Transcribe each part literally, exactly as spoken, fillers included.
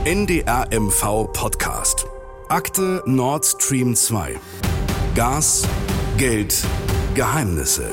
N D R M V Podcast. Akte Nord Stream zwei. Gas, Geld, Geheimnisse.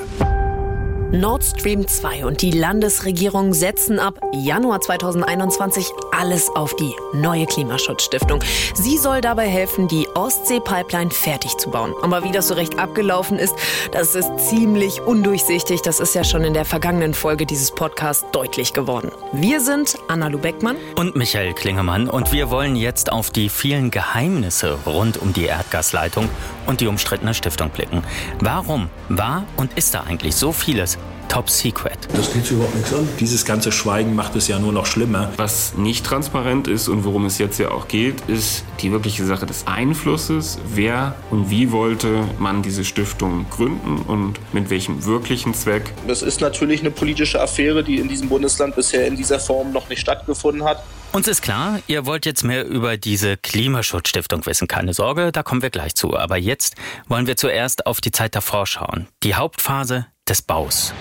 Nord Stream zwei und die Landesregierung setzen ab Januar zweitausendeinundzwanzig alles auf die neue Klimaschutzstiftung. Sie soll dabei helfen, die Ostsee-Pipeline fertig zu bauen. Aber wie das so recht abgelaufen ist, das ist ziemlich undurchsichtig. Das ist ja schon in der vergangenen Folge dieses Podcasts deutlich geworden. Wir sind Anna-Lu Beckmann und Michael Klingemann und wir wollen jetzt auf die vielen Geheimnisse rund um die Erdgasleitung und die umstrittene Stiftung blicken. Warum war und ist da eigentlich so vieles Top Secret? Das geht überhaupt nichts an. Dieses ganze Schweigen macht es ja nur noch schlimmer. Was nicht transparent ist und worum es jetzt ja auch geht, ist die wirkliche Sache des Einflusses. Wer und wie wollte man diese Stiftung gründen und mit welchem wirklichen Zweck? Das ist natürlich eine politische Affäre, die in diesem Bundesland bisher in dieser Form noch nicht stattgefunden hat. Uns ist klar, ihr wollt jetzt mehr über diese Klimaschutzstiftung wissen. Keine Sorge, da kommen wir gleich zu. Aber jetzt wollen wir zuerst auf die Zeit davor schauen. Die Hauptphase des Baus.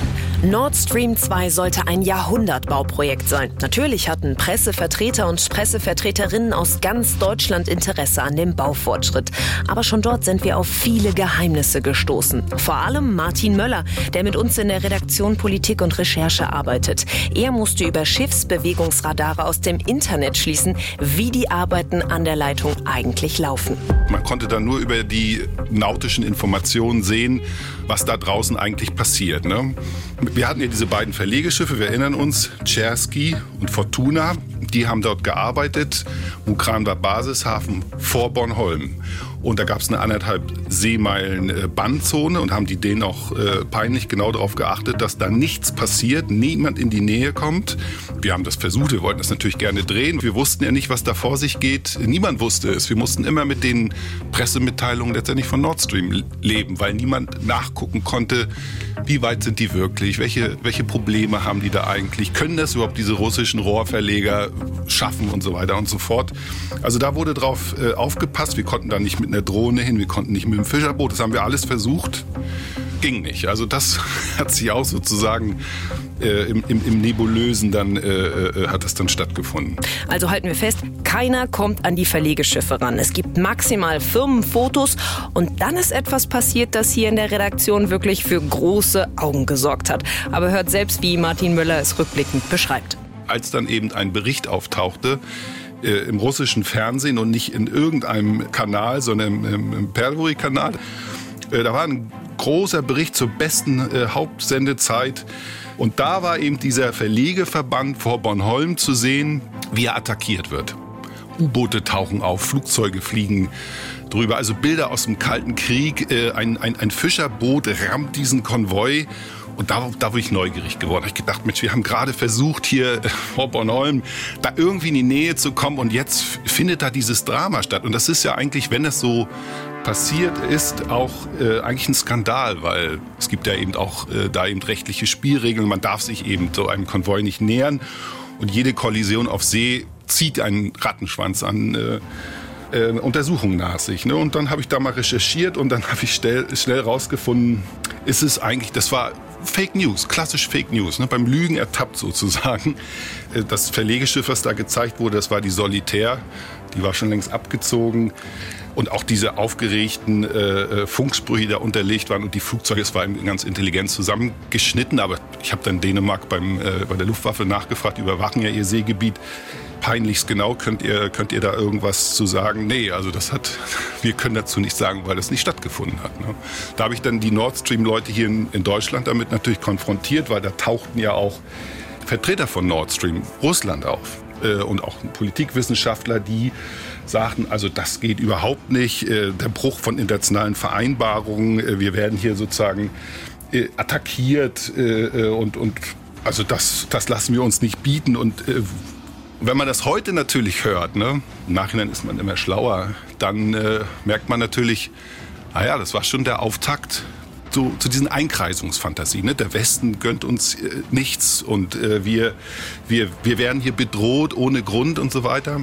Nord Stream zwei sollte ein Jahrhundertbauprojekt sein. Natürlich hatten Pressevertreter und Pressevertreterinnen aus ganz Deutschland Interesse an dem Baufortschritt. Aber schon dort sind wir auf viele Geheimnisse gestoßen. Vor allem Martin Möller, der mit uns in der Redaktion Politik und Recherche arbeitet. Er musste über Schiffsbewegungsradare aus dem Internet schließen, wie die Arbeiten an der Leitung eigentlich laufen. Man konnte dann nur über die nautischen Informationen sehen, was da draußen eigentlich passiert, ne? Wir hatten ja diese beiden Verlegeschiffe, wir erinnern uns, Chersky und Fortuna. Die haben dort gearbeitet. Mukran war Basishafen vor Bornholm. Und da gab es eine anderthalb Seemeilen Bandzone und haben die denen auch äh, peinlich genau darauf geachtet, dass da nichts passiert, niemand in die Nähe kommt. Wir haben das versucht, wir wollten das natürlich gerne drehen. Wir wussten ja nicht, was da vor sich geht. Niemand wusste es. Wir mussten immer mit den Pressemitteilungen letztendlich von Nord Stream leben, weil niemand nachgucken konnte, wie weit sind die wirklich, welche, welche Probleme haben die da eigentlich, können das überhaupt diese russischen Rohrverleger schaffen und so weiter und so fort. Also da wurde drauf äh, aufgepasst. Wir konnten da nicht mit einer Drohne hin, wir konnten nicht mit dem Fischerboot, das haben wir alles versucht, ging nicht. Also das hat sich auch sozusagen äh, im, im, im Nebulösen dann, äh, äh, hat das dann stattgefunden. Also halten wir fest, keiner kommt an die Verlegeschiffe ran. Es gibt maximal Firmenfotos und dann ist etwas passiert, das hier in der Redaktion wirklich für große Augen gesorgt hat. Aber hört selbst, wie Martin Möller es rückblickend beschreibt. Als dann eben ein Bericht auftauchte, Äh, im russischen Fernsehen und nicht in irgendeinem Kanal, sondern im, im Pervori-Kanal. Äh, da war ein großer Bericht zur besten äh, Hauptsendezeit. Und da war eben dieser Verlegeverband vor Bornholm zu sehen, wie er attackiert wird. U-Boote tauchen auf, Flugzeuge fliegen drüber. Also Bilder aus dem Kalten Krieg. Äh, ein, ein, ein Fischerboot rammt diesen Konvoi. Und da, da bin ich neugierig geworden. Da habe ich gedacht, Mensch, wir haben gerade versucht, hier vor Bornholm da irgendwie in die Nähe zu kommen. Und jetzt findet da dieses Drama statt. Und das ist ja eigentlich, wenn es so passiert ist, auch äh, eigentlich ein Skandal. Weil es gibt ja eben auch äh, da eben rechtliche Spielregeln. Man darf sich eben so einem Konvoi nicht nähern. Und jede Kollision auf See zieht einen Rattenschwanz an äh, äh, Untersuchungen nach sich. Ne? Und dann habe ich da mal recherchiert und dann habe ich schnell, schnell rausgefunden, ist es eigentlich, das war Fake News, klassisch Fake News, ne? Beim Lügen ertappt sozusagen. Das Verlegeschiff, was da gezeigt wurde, das war die Solitär, die war schon längst abgezogen. Und auch diese aufgeregten äh, Funksprüche, die da unterlegt waren und die Flugzeuge, es war ganz intelligent zusammengeschnitten. Aber ich habe dann Dänemark beim, äh, bei der Luftwaffe nachgefragt, die überwachen ja ihr Seegebiet. Peinlichst genau, könnt ihr, könnt ihr da irgendwas zu sagen? Nee, also das hat, wir können dazu nichts sagen, weil das nicht stattgefunden hat. Ne? Da habe ich dann die Nord Stream-Leute hier in, in Deutschland damit natürlich konfrontiert, weil da tauchten ja auch Vertreter von Nord Stream Russland auf. Äh, und auch Politikwissenschaftler, die sagten, also das geht überhaupt nicht, äh, der Bruch von internationalen Vereinbarungen, äh, wir werden hier sozusagen äh, attackiert äh, und, und also das, das lassen wir uns nicht bieten. Und äh, wenn man das heute natürlich hört, ne, im Nachhinein ist man immer schlauer, dann äh, merkt man natürlich, naja, das war schon der Auftakt zu, zu diesen Einkreisungsfantasien. Ne? Der Westen gönnt uns äh, nichts und äh, wir, wir, wir werden hier bedroht ohne Grund und so weiter.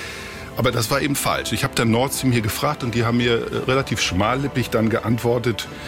Aber das war eben falsch. Ich habe dann Nord Stream hier gefragt und die haben mir äh, relativ schmallippig dann geantwortet,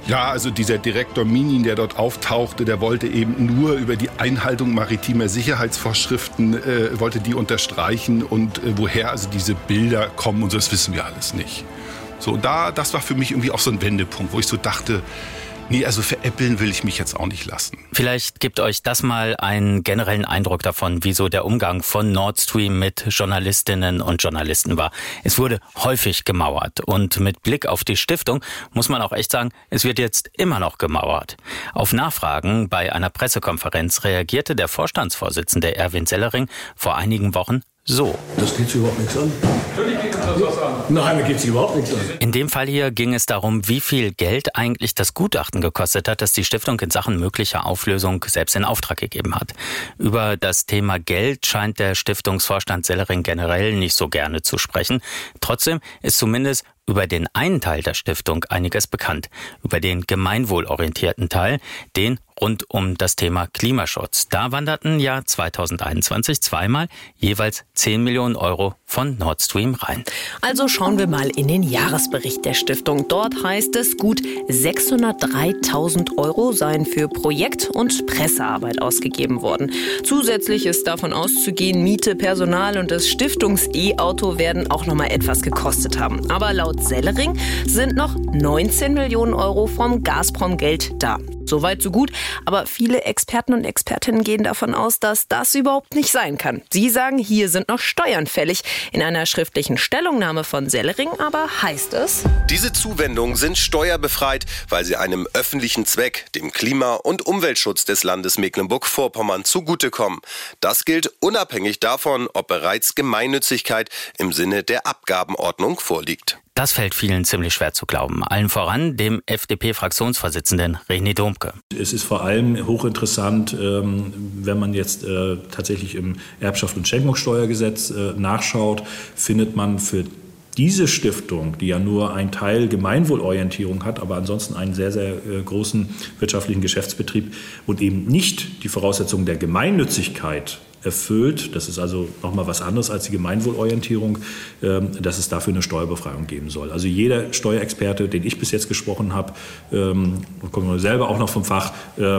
Ja, also dieser Direktor Minin, der dort auftauchte, der wollte eben nur über die Einhaltung maritimer Sicherheitsvorschriften, äh, wollte die unterstreichen und äh, woher also diese Bilder kommen und so, das wissen wir alles nicht. So, da, das war für mich irgendwie auch so ein Wendepunkt, wo ich so dachte, nee, also veräppeln will ich mich jetzt auch nicht lassen. Vielleicht gibt euch das mal einen generellen Eindruck davon, wieso der Umgang von Nord Stream mit Journalistinnen und Journalisten war. Es wurde häufig gemauert und mit Blick auf die Stiftung muss man auch echt sagen, es wird jetzt immer noch gemauert. Auf Nachfragen bei einer Pressekonferenz reagierte der Vorstandsvorsitzende Erwin Sellering vor einigen Wochen so. Das geht sich überhaupt nichts an. Natürlich geht uns das was an. Nein, mir geht sich überhaupt nichts an. In dem Fall hier ging es darum, wie viel Geld eigentlich das Gutachten gekostet hat, das die Stiftung in Sachen möglicher Auflösung selbst in Auftrag gegeben hat. Über das Thema Geld scheint der Stiftungsvorstand Sellering generell nicht so gerne zu sprechen. Trotzdem ist zumindest über den einen Teil der Stiftung einiges bekannt. Über den gemeinwohlorientierten Teil, den rund um das Thema Klimaschutz. Da wanderten ja zweitausendeinundzwanzig zweimal jeweils zehn Millionen Euro von Nord Stream rein. Also schauen wir mal in den Jahresbericht der Stiftung. Dort heißt es, gut sechshundertdreitausend Euro seien für Projekt- und Pressearbeit ausgegeben worden. Zusätzlich ist davon auszugehen, Miete, Personal und das Stiftungs-E-Auto werden auch noch mal etwas gekostet haben. Aber laut Sellering sind noch neunzehn Millionen Euro vom Gazprom-Geld da. Soweit, so gut. Aber viele Experten und Expertinnen gehen davon aus, dass das überhaupt nicht sein kann. Sie sagen, hier sind noch Steuern fällig. In einer schriftlichen Stellungnahme von Sellering aber heißt es: Diese Zuwendungen sind steuerbefreit, weil sie einem öffentlichen Zweck, dem Klima- und Umweltschutz des Landes Mecklenburg-Vorpommern, zugutekommen. Das gilt unabhängig davon, ob bereits Gemeinnützigkeit im Sinne der Abgabenordnung vorliegt. Das fällt vielen ziemlich schwer zu glauben. Allen voran dem F D P-Fraktionsvorsitzenden René Domke. Es ist vor allem hochinteressant, wenn man jetzt tatsächlich im Erbschaft- und Schenkungssteuergesetz nachschaut, findet man für diese Stiftung, die ja nur einen Teil Gemeinwohlorientierung hat, aber ansonsten einen sehr, sehr großen wirtschaftlichen Geschäftsbetrieb und eben nicht die Voraussetzungen der Gemeinnützigkeit erfüllt, das ist also nochmal was anderes als die Gemeinwohlorientierung, dass es dafür eine Steuerbefreiung geben soll. Also jeder Steuerexperte, den ich bis jetzt gesprochen habe, und komme selber auch noch vom Fach,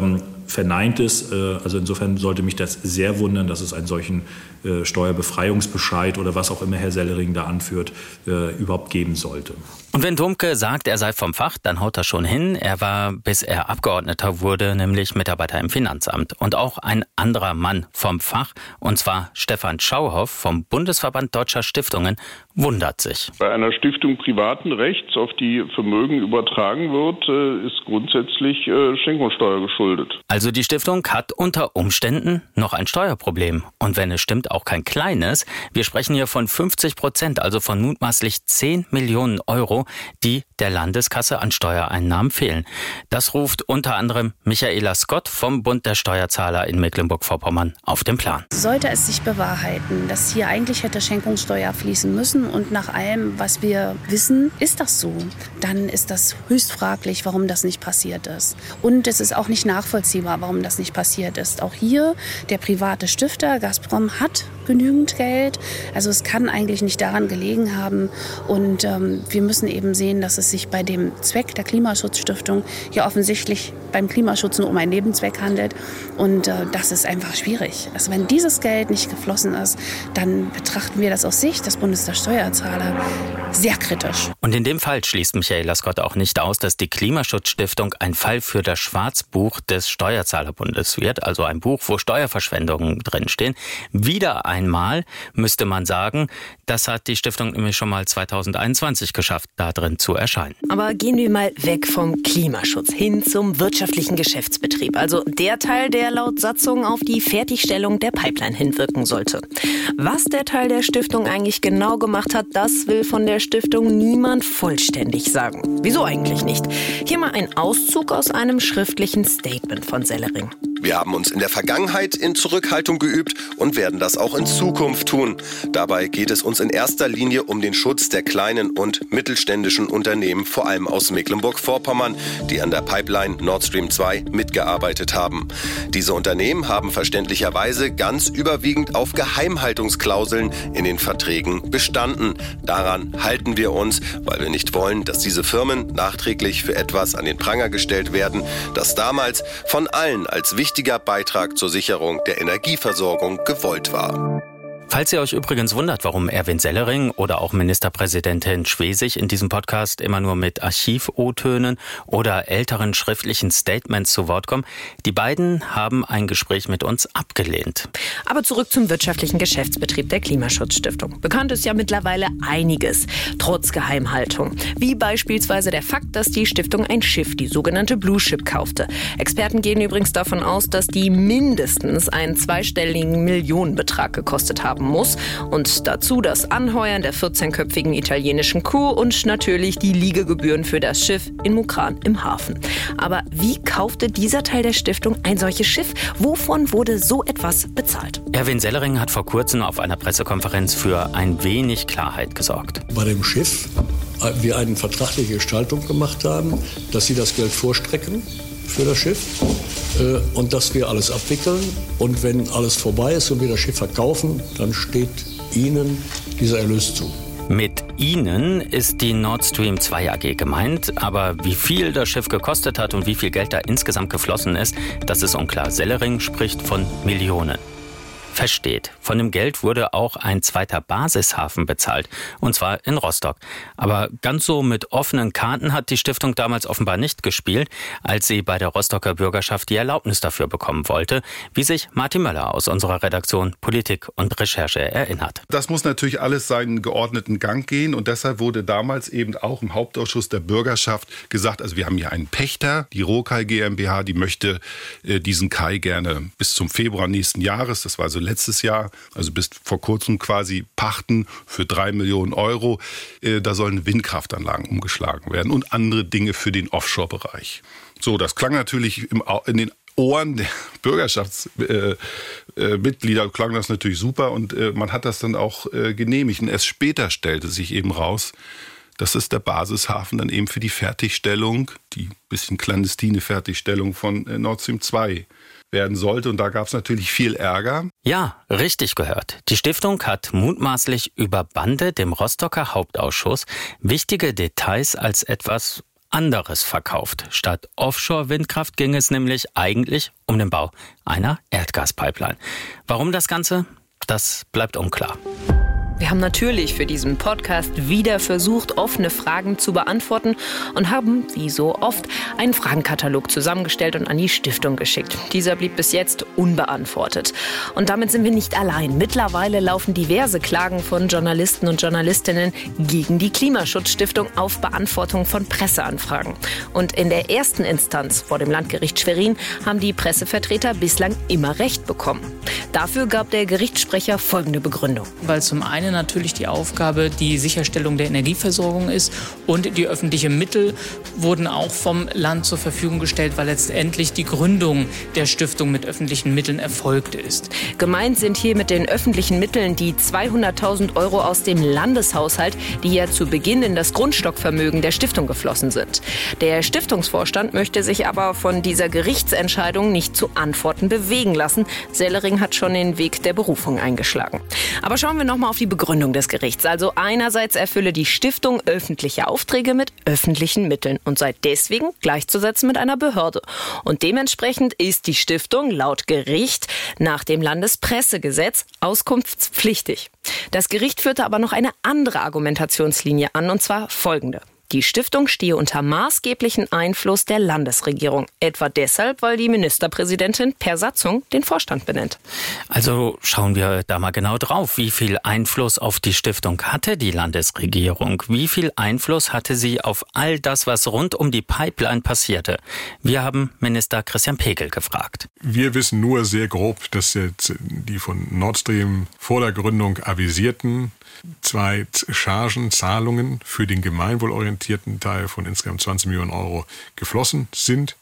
verneint es. Also insofern sollte mich das sehr wundern, dass es einen solchen Steuerbefreiungsbescheid oder was auch immer Herr Sellering da anführt, überhaupt geben sollte. Und wenn Domke sagt, er sei vom Fach, dann haut er schon hin. Er war, bis er Abgeordneter wurde, nämlich Mitarbeiter im Finanzamt. Und auch ein anderer Mann vom Fach, und zwar Stefan Schauhoff vom Bundesverband Deutscher Stiftungen, wundert sich. Bei einer Stiftung privaten Rechts, auf die Vermögen übertragen wird, ist grundsätzlich Schenkungssteuer geschuldet. Also die Stiftung hat unter Umständen noch ein Steuerproblem. Und wenn es stimmt, auch kein kleines. Wir sprechen hier von fünfzig Prozent, also von mutmaßlich zehn Millionen Euro, die der Landeskasse an Steuereinnahmen fehlen. Das ruft unter anderem Michaela Scott vom Bund der Steuerzahler in Mecklenburg-Vorpommern auf den Plan. Sollte es sich bewahrheiten, dass hier eigentlich hätte Schenkungssteuer fließen müssen und nach allem, was wir wissen, ist das so, dann ist das höchst fraglich, warum das nicht passiert ist. Und es ist auch nicht nachvollziehbar, warum das nicht passiert ist. Auch hier, der private Stifter Gazprom hat genügend Geld. Also es kann eigentlich nicht daran gelegen haben. Und ähm, wir müssen eben sehen, dass es sich bei dem Zweck der Klimaschutzstiftung ja offensichtlich beim Klimaschutz nur um einen Nebenzweck handelt. Und äh, das ist einfach schwierig. Also wenn dieses Geld nicht geflossen ist, dann betrachten wir das aus Sicht des Bundes der Steuerzahler sehr kritisch. Und in dem Fall schließt Michaela Scott auch nicht aus, dass die Klimaschutzstiftung ein Fall für das Schwarzbuch des Steuerzahlerbundes wird, also ein Buch, wo Steuerverschwendungen drinstehen. Wieder einmal müsste man sagen, das hat die Stiftung nämlich schon mal zweitausendeinundzwanzig geschafft, da drin zu erscheinen. Aber gehen wir mal weg vom Klimaschutz hin zum wirtschaftlichen Geschäftsbetrieb. Also der Teil, der laut Satzung auf die Fertigstellung der Pipeline hinwirken sollte. Was der Teil der Stiftung eigentlich genau gemacht hat, das will von der Stiftung niemand vollständig sagen. Wieso eigentlich nicht? Hier mal ein Auszug aus einem schriftlichen Statement von Sellering. Wir haben uns in der Vergangenheit in Zurückhaltung geübt und werden das auch in Zukunft tun. Dabei geht es uns in erster Linie um den Schutz der kleinen und mittelständischen Unternehmen, vor allem aus Mecklenburg-Vorpommern, die an der Pipeline Nord Stream zwei mitgearbeitet haben. Diese Unternehmen haben verständlicherweise ganz überwiegend auf Geheimhaltungsklauseln in den Verträgen bestanden. Daran halten wir uns, weil wir nicht wollen, dass diese Firmen nachträglich für etwas an den Pranger gestellt werden, das damals von allen als wichtig wichtiger Beitrag zur Sicherung der Energieversorgung gewollt war. Falls ihr euch übrigens wundert, warum Erwin Sellering oder auch Ministerpräsidentin Schwesig in diesem Podcast immer nur mit Archiv-O-Tönen oder älteren schriftlichen Statements zu Wort kommen, die beiden haben ein Gespräch mit uns abgelehnt. Aber zurück zum wirtschaftlichen Geschäftsbetrieb der Klimaschutzstiftung. Bekannt ist ja mittlerweile einiges, trotz Geheimhaltung. Wie beispielsweise der Fakt, dass die Stiftung ein Schiff, die sogenannte Blue Ship, kaufte. Experten gehen übrigens davon aus, dass die mindestens einen zweistelligen Millionenbetrag gekostet haben muss. Und dazu das Anheuern der vierzehnköpfigen italienischen Crew und natürlich die Liegegebühren für das Schiff in Mukran im Hafen. Aber wie kaufte dieser Teil der Stiftung ein solches Schiff? Wovon wurde so etwas bezahlt? Erwin Sellering hat vor kurzem auf einer Pressekonferenz für ein wenig Klarheit gesorgt. Bei dem Schiff wir eine vertragliche Gestaltung gemacht haben, dass sie das Geld vorstrecken für das Schiff äh, und dass wir alles abwickeln. Und wenn alles vorbei ist und wir das Schiff verkaufen, dann steht Ihnen dieser Erlös zu. Mit Ihnen ist die Nord Stream zwei A G gemeint, aber wie viel das Schiff gekostet hat und wie viel Geld da insgesamt geflossen ist, das ist unklar. Sellering spricht von Millionen. Feststeht, von dem Geld wurde auch ein zweiter Basishafen bezahlt, und zwar in Rostock. Aber ganz so mit offenen Karten hat die Stiftung damals offenbar nicht gespielt, als sie bei der Rostocker Bürgerschaft die Erlaubnis dafür bekommen wollte, wie sich Martin Möller aus unserer Redaktion Politik und Recherche erinnert. Das muss natürlich alles seinen geordneten Gang gehen, und deshalb wurde damals eben auch im Hauptausschuss der Bürgerschaft gesagt, also wir haben hier einen Pächter, die Rokai GmbH, die möchte äh, diesen Kai gerne bis zum Februar nächsten Jahres, das war so letztes Jahr, also bis vor kurzem quasi pachten für drei Millionen Euro. Äh, da sollen Windkraftanlagen umgeschlagen werden und andere Dinge für den Offshore-Bereich. So, das klang natürlich im, in den Ohren der Bürgerschaftsmitglieder, äh, äh, klang das natürlich super, und äh, man hat das dann auch äh, genehmigt. Und erst später stellte sich eben raus, dass es der Basishafen dann eben für die Fertigstellung, die bisschen clandestine Fertigstellung von äh, Nord Stream zwei werden sollte. Und da gab es natürlich viel Ärger. Ja, richtig gehört. Die Stiftung hat mutmaßlich über Bande dem Rostocker Hauptausschuss wichtige Details als etwas anderes verkauft. Statt Offshore-Windkraft ging es nämlich eigentlich um den Bau einer Erdgaspipeline. Warum das Ganze? Das bleibt unklar. Wir haben natürlich für diesen Podcast wieder versucht, offene Fragen zu beantworten und haben, wie so oft, einen Fragenkatalog zusammengestellt und an die Stiftung geschickt. Dieser blieb bis jetzt unbeantwortet. Und damit sind wir nicht allein. Mittlerweile laufen diverse Klagen von Journalisten und Journalistinnen gegen die Klimaschutzstiftung auf Beantwortung von Presseanfragen. Und in der ersten Instanz vor dem Landgericht Schwerin haben die Pressevertreter bislang immer Recht bekommen. Dafür gab der Gerichtssprecher folgende Begründung. Weil zum einen natürlich die Aufgabe die Sicherstellung der Energieversorgung ist, und die öffentlichen Mittel wurden auch vom Land zur Verfügung gestellt, weil letztendlich die Gründung der Stiftung mit öffentlichen Mitteln erfolgt ist. Gemeint sind hier mit den öffentlichen Mitteln die zweihunderttausend Euro aus dem Landeshaushalt, die ja zu Beginn in das Grundstockvermögen der Stiftung geflossen sind. Der Stiftungsvorstand möchte sich aber von dieser Gerichtsentscheidung nicht zu Antworten bewegen lassen. Sellering hat schon den Weg der Berufung eingeschlagen. Aber schauen wir noch mal auf die Begründung des Gerichts. Also einerseits erfülle die Stiftung öffentliche Aufträge mit öffentlichen Mitteln und sei deswegen gleichzusetzen mit einer Behörde. Und dementsprechend ist die Stiftung laut Gericht nach dem Landespressegesetz auskunftspflichtig. Das Gericht führte aber noch eine andere Argumentationslinie an, und zwar folgende. Die Stiftung stehe unter maßgeblichen Einfluss der Landesregierung. Etwa deshalb, weil die Ministerpräsidentin per Satzung den Vorstand benennt. Also schauen wir da mal genau drauf. Wie viel Einfluss auf die Stiftung hatte die Landesregierung? Wie viel Einfluss hatte sie auf all das, was rund um die Pipeline passierte? Wir haben Minister Christian Pegel gefragt. Wir wissen nur sehr grob, dass jetzt die von Nord Stream vor der Gründung avisierten zwei Chargenzahlungen für den gemeinwohlorientierten Teil von insgesamt zwanzig Millionen Euro geflossen sind.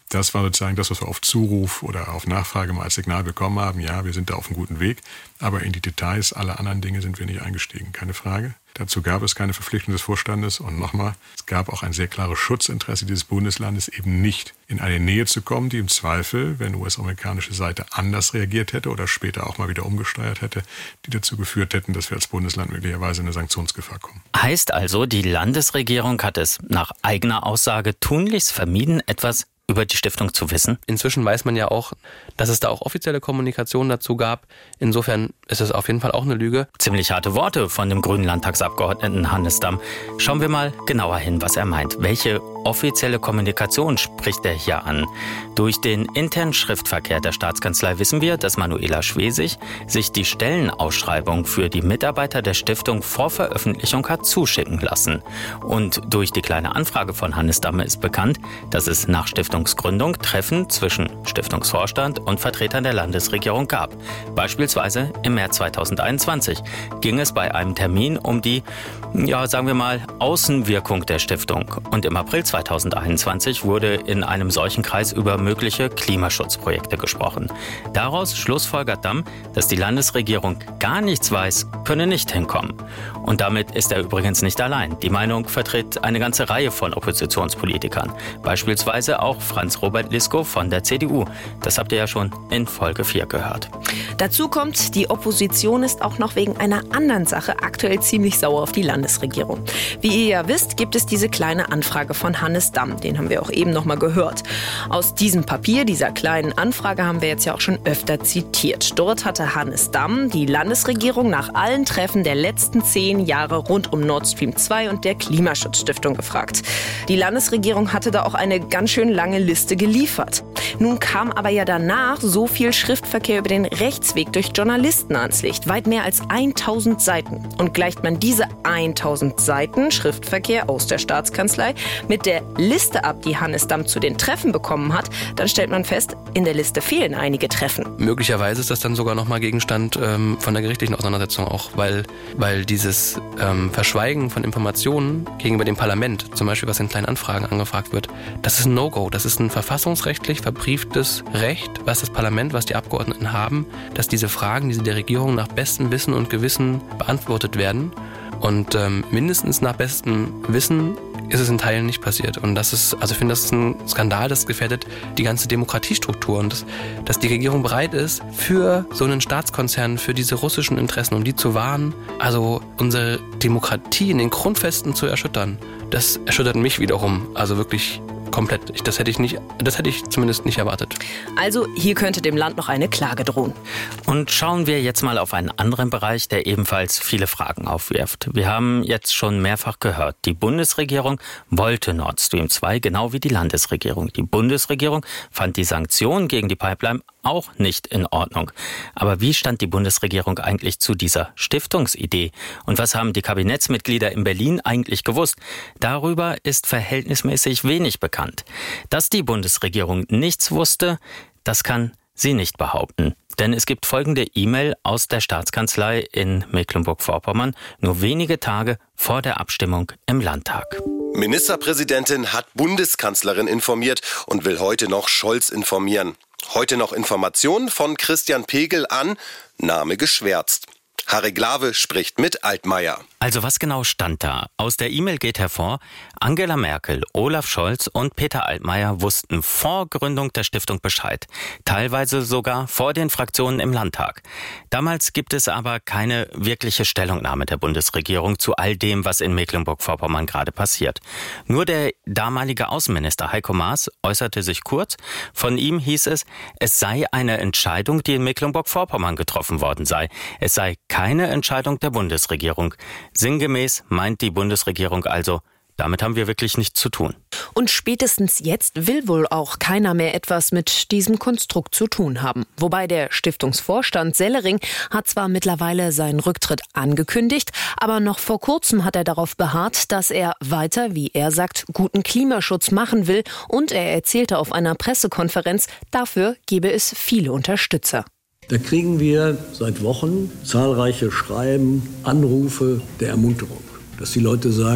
Das war sozusagen das, was wir auf Zuruf oder auf Nachfrage mal als Signal bekommen haben. Ja, wir sind da auf einem guten Weg, aber in die Details aller anderen Dinge sind wir nicht eingestiegen, keine Frage. Dazu gab es keine Verpflichtung des Vorstandes und nochmal, es gab auch ein sehr klares Schutzinteresse dieses Bundeslandes, eben nicht in eine Nähe zu kommen, die im Zweifel, wenn die U S-amerikanische Seite anders reagiert hätte oder später auch mal wieder umgesteuert hätte, die dazu geführt hätten, dass wir als Bundesland möglicherweise in eine Sanktionsgefahr kommen. Heißt also, die Landesregierung hat es nach eigener Aussage tunlichst vermieden, etwas über die Stiftung zu wissen? Inzwischen weiß man ja auch, dass es da auch offizielle Kommunikation dazu gab. Insofern ist es auf jeden Fall auch eine Lüge. Ziemlich harte Worte von dem grünen Landtagsabgeordneten Hannes Damm. Schauen wir mal genauer hin, was er meint. Welche offizielle Kommunikation spricht er hier an? Durch den internen Schriftverkehr der Staatskanzlei wissen wir, dass Manuela Schwesig sich die Stellenausschreibung für die Mitarbeiter der Stiftung vor Veröffentlichung hat zuschicken lassen. Und durch die kleine Anfrage von Hannes Damm ist bekannt, dass es nach Stiftungsgründung Treffen zwischen Stiftungsvorstand und Vertretern der Landesregierung gab. Beispielsweise im März zweitausendeinundzwanzig ging es bei einem Termin um die, ja, sagen wir mal, Außenwirkung der Stiftung. Und im April zweitausendeinundzwanzig wurde in einem solchen Kreis über mögliche Klimaschutzprojekte gesprochen. Daraus schlussfolgert Damm, dass die Landesregierung gar nichts weiß, könne nicht hinkommen. Und damit ist er übrigens nicht allein. Die Meinung vertritt eine ganze Reihe von Oppositionspolitikern. Beispielsweise auch Franz-Robert Liskow von der C D U. Das habt ihr ja schon in Folge vier gehört. Dazu kommt, die Opposition ist auch noch wegen einer anderen Sache aktuell ziemlich sauer auf die Landesregierung. Wie ihr ja wisst, gibt es diese kleine Anfrage von Hannes Damm. Den haben wir auch eben noch mal gehört. Aus diesem Papier, dieser kleinen Anfrage, haben wir jetzt ja auch schon öfter zitiert. Dort hatte Hannes Damm die Landesregierung nach allen Treffen der letzten zehn Jahre rund um Nord Stream zwei und der Klimaschutzstiftung gefragt. Die Landesregierung hatte da auch eine ganz schön lange Liste geliefert. Nun kam aber ja danach so viel Schriftverkehr über den Rechtsweg durch Journalisten ans Licht. Weit mehr als tausend Seiten. Und gleicht man diese tausend Seiten Schriftverkehr aus der Staatskanzlei mit der Liste ab, die Hannes Damm zu den Treffen bekommen hat, dann stellt man fest, in der Liste fehlen einige Treffen. Möglicherweise ist das dann sogar nochmal Gegenstand ähm, von der gerichtlichen Auseinandersetzung auch, weil, weil dieses ähm, Verschweigen von Informationen gegenüber dem Parlament, zum Beispiel was in kleinen Anfragen angefragt wird, das ist ein No-Go. Das ist ein verfassungsrechtlich verbrieftes Recht, was das Parlament, was die Abgeordneten haben, dass diese Fragen, diese der Regierung nach bestem Wissen und Gewissen beantwortet werden. Und ähm, mindestens nach bestem Wissen ist es in Teilen nicht passiert. Und das ist, also ich finde, das ist ein Skandal, das gefährdet die ganze Demokratiestruktur. Und das, dass die Regierung bereit ist, für so einen Staatskonzern, für diese russischen Interessen, um die zu wahren, also unsere Demokratie in den Grundfesten zu erschüttern, das erschüttert mich wiederum. Also wirklich komplett. Das hätte ich nicht, das hätte ich zumindest nicht erwartet. Also hier könnte dem Land noch eine Klage drohen. Und schauen wir jetzt mal auf einen anderen Bereich, der ebenfalls viele Fragen aufwirft. Wir haben jetzt schon mehrfach gehört, die Bundesregierung wollte Nord Stream zwei, genau wie die Landesregierung. Die Bundesregierung fand die Sanktionen gegen die Pipeline auch nicht in Ordnung. Aber wie stand die Bundesregierung eigentlich zu dieser Stiftungsidee? Und was haben die Kabinettsmitglieder in Berlin eigentlich gewusst? Darüber ist verhältnismäßig wenig bekannt. Dass die Bundesregierung nichts wusste, das kann sie nicht behaupten. Denn es gibt folgende E-Mail aus der Staatskanzlei in Mecklenburg-Vorpommern, nur wenige Tage vor der Abstimmung im Landtag. Ministerpräsidentin hat Bundeskanzlerin informiert und will heute noch Scholz informieren. Heute noch Informationen von Christian Pegel an, Name geschwärzt. Harry Glawe spricht mit Altmaier. Also was genau stand da? Aus der E-Mail geht hervor, Angela Merkel, Olaf Scholz und Peter Altmaier wussten vor Gründung der Stiftung Bescheid. Teilweise sogar vor den Fraktionen im Landtag. Damals gibt es aber keine wirkliche Stellungnahme der Bundesregierung zu all dem, was in Mecklenburg-Vorpommern gerade passiert. Nur der damalige Außenminister Heiko Maas äußerte sich kurz. Von ihm hieß es, es sei eine Entscheidung, die in Mecklenburg-Vorpommern getroffen worden sei. Es sei keine Entscheidung der Bundesregierung. Sinngemäß meint die Bundesregierung also, damit haben wir wirklich nichts zu tun. Und spätestens jetzt will wohl auch keiner mehr etwas mit diesem Konstrukt zu tun haben. Wobei der Stiftungsvorstand Sellering hat zwar mittlerweile seinen Rücktritt angekündigt, aber noch vor kurzem hat er darauf beharrt, dass er weiter, wie er sagt, guten Klimaschutz machen will. Und er erzählte auf einer Pressekonferenz, dafür gebe es viele Unterstützer. Da kriegen wir seit Wochen zahlreiche Schreiben, Anrufe der Ermunterung. Dass die Leute sagen,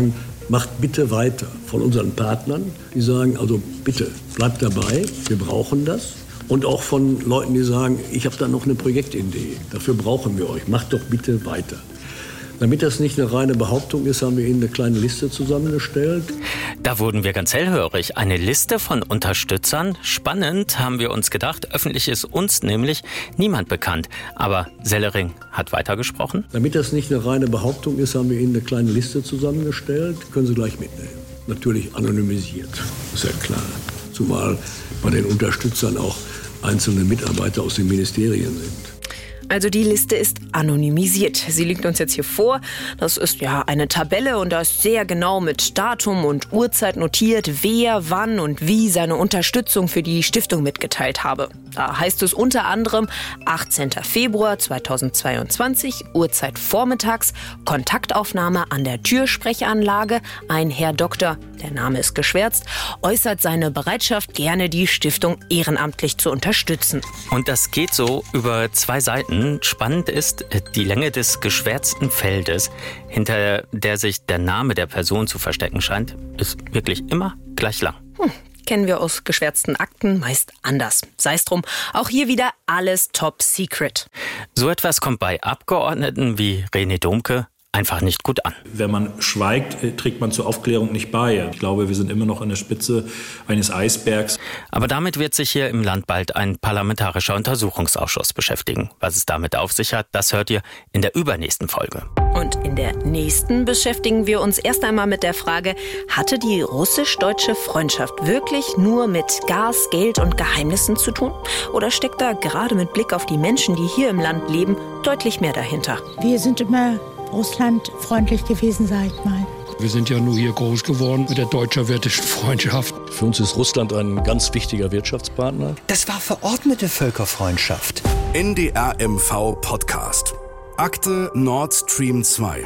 macht bitte weiter von unseren Partnern, die sagen, also bitte bleibt dabei, wir brauchen das. Und auch von Leuten, die sagen, ich habe da noch eine Projektidee, dafür brauchen wir euch, macht doch bitte weiter. Damit das nicht eine reine Behauptung ist, haben wir Ihnen eine kleine Liste zusammengestellt. Da wurden wir ganz hellhörig. Eine Liste von Unterstützern. Spannend, haben wir uns gedacht. Öffentlich ist uns nämlich niemand bekannt. Aber Sellering hat weitergesprochen. Damit das nicht eine reine Behauptung ist, haben wir Ihnen eine kleine Liste zusammengestellt. Können Sie gleich mitnehmen. Natürlich anonymisiert, ist ja klar. Zumal bei den Unterstützern auch einzelne Mitarbeiter aus den Ministerien sind. Also die Liste ist anonymisiert. Sie liegt uns jetzt hier vor. Das ist ja eine Tabelle und da ist sehr genau mit Datum und Uhrzeit notiert, wer, wann und wie seine Unterstützung für die Stiftung mitgeteilt habe. Da heißt es unter anderem achtzehnten Februar zweitausendzweiundzwanzig, Uhrzeit vormittags, Kontaktaufnahme an der Türsprechanlage. Ein Herr Doktor, der Name ist geschwärzt, äußert seine Bereitschaft, gerne die Stiftung ehrenamtlich zu unterstützen. Und das geht so über zwei Seiten. Spannend ist, die Länge des geschwärzten Feldes, hinter der sich der Name der Person zu verstecken scheint, ist wirklich immer gleich lang. Hm. Kennen wir aus geschwärzten Akten meist anders. Sei es drum, auch hier wieder alles top secret. So etwas kommt bei Abgeordneten wie René Domke einfach nicht gut an. Wenn man schweigt, trägt man zur Aufklärung nicht bei. Ich glaube, wir sind immer noch an der Spitze eines Eisbergs. Aber damit wird sich hier im Land bald ein parlamentarischer Untersuchungsausschuss beschäftigen. Was es damit auf sich hat, das hört ihr in der übernächsten Folge. Und in der nächsten beschäftigen wir uns erst einmal mit der Frage, hatte die russisch-deutsche Freundschaft wirklich nur mit Gas, Geld und Geheimnissen zu tun? Oder steckt da gerade mit Blick auf die Menschen, die hier im Land leben, deutlich mehr dahinter? Wir sind immer Russland freundlich gewesen, sag ich mal. Wir sind ja nur hier groß geworden mit der deutsch-sowjetischen Freundschaft. Für uns ist Russland ein ganz wichtiger Wirtschaftspartner. Das war verordnete Völkerfreundschaft. N D R M V Podcast. Akte Nord Stream zwei.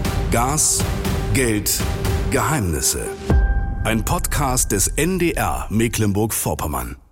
Gas, Geld, Geheimnisse. Ein Podcast des N D R Mecklenburg-Vorpommern.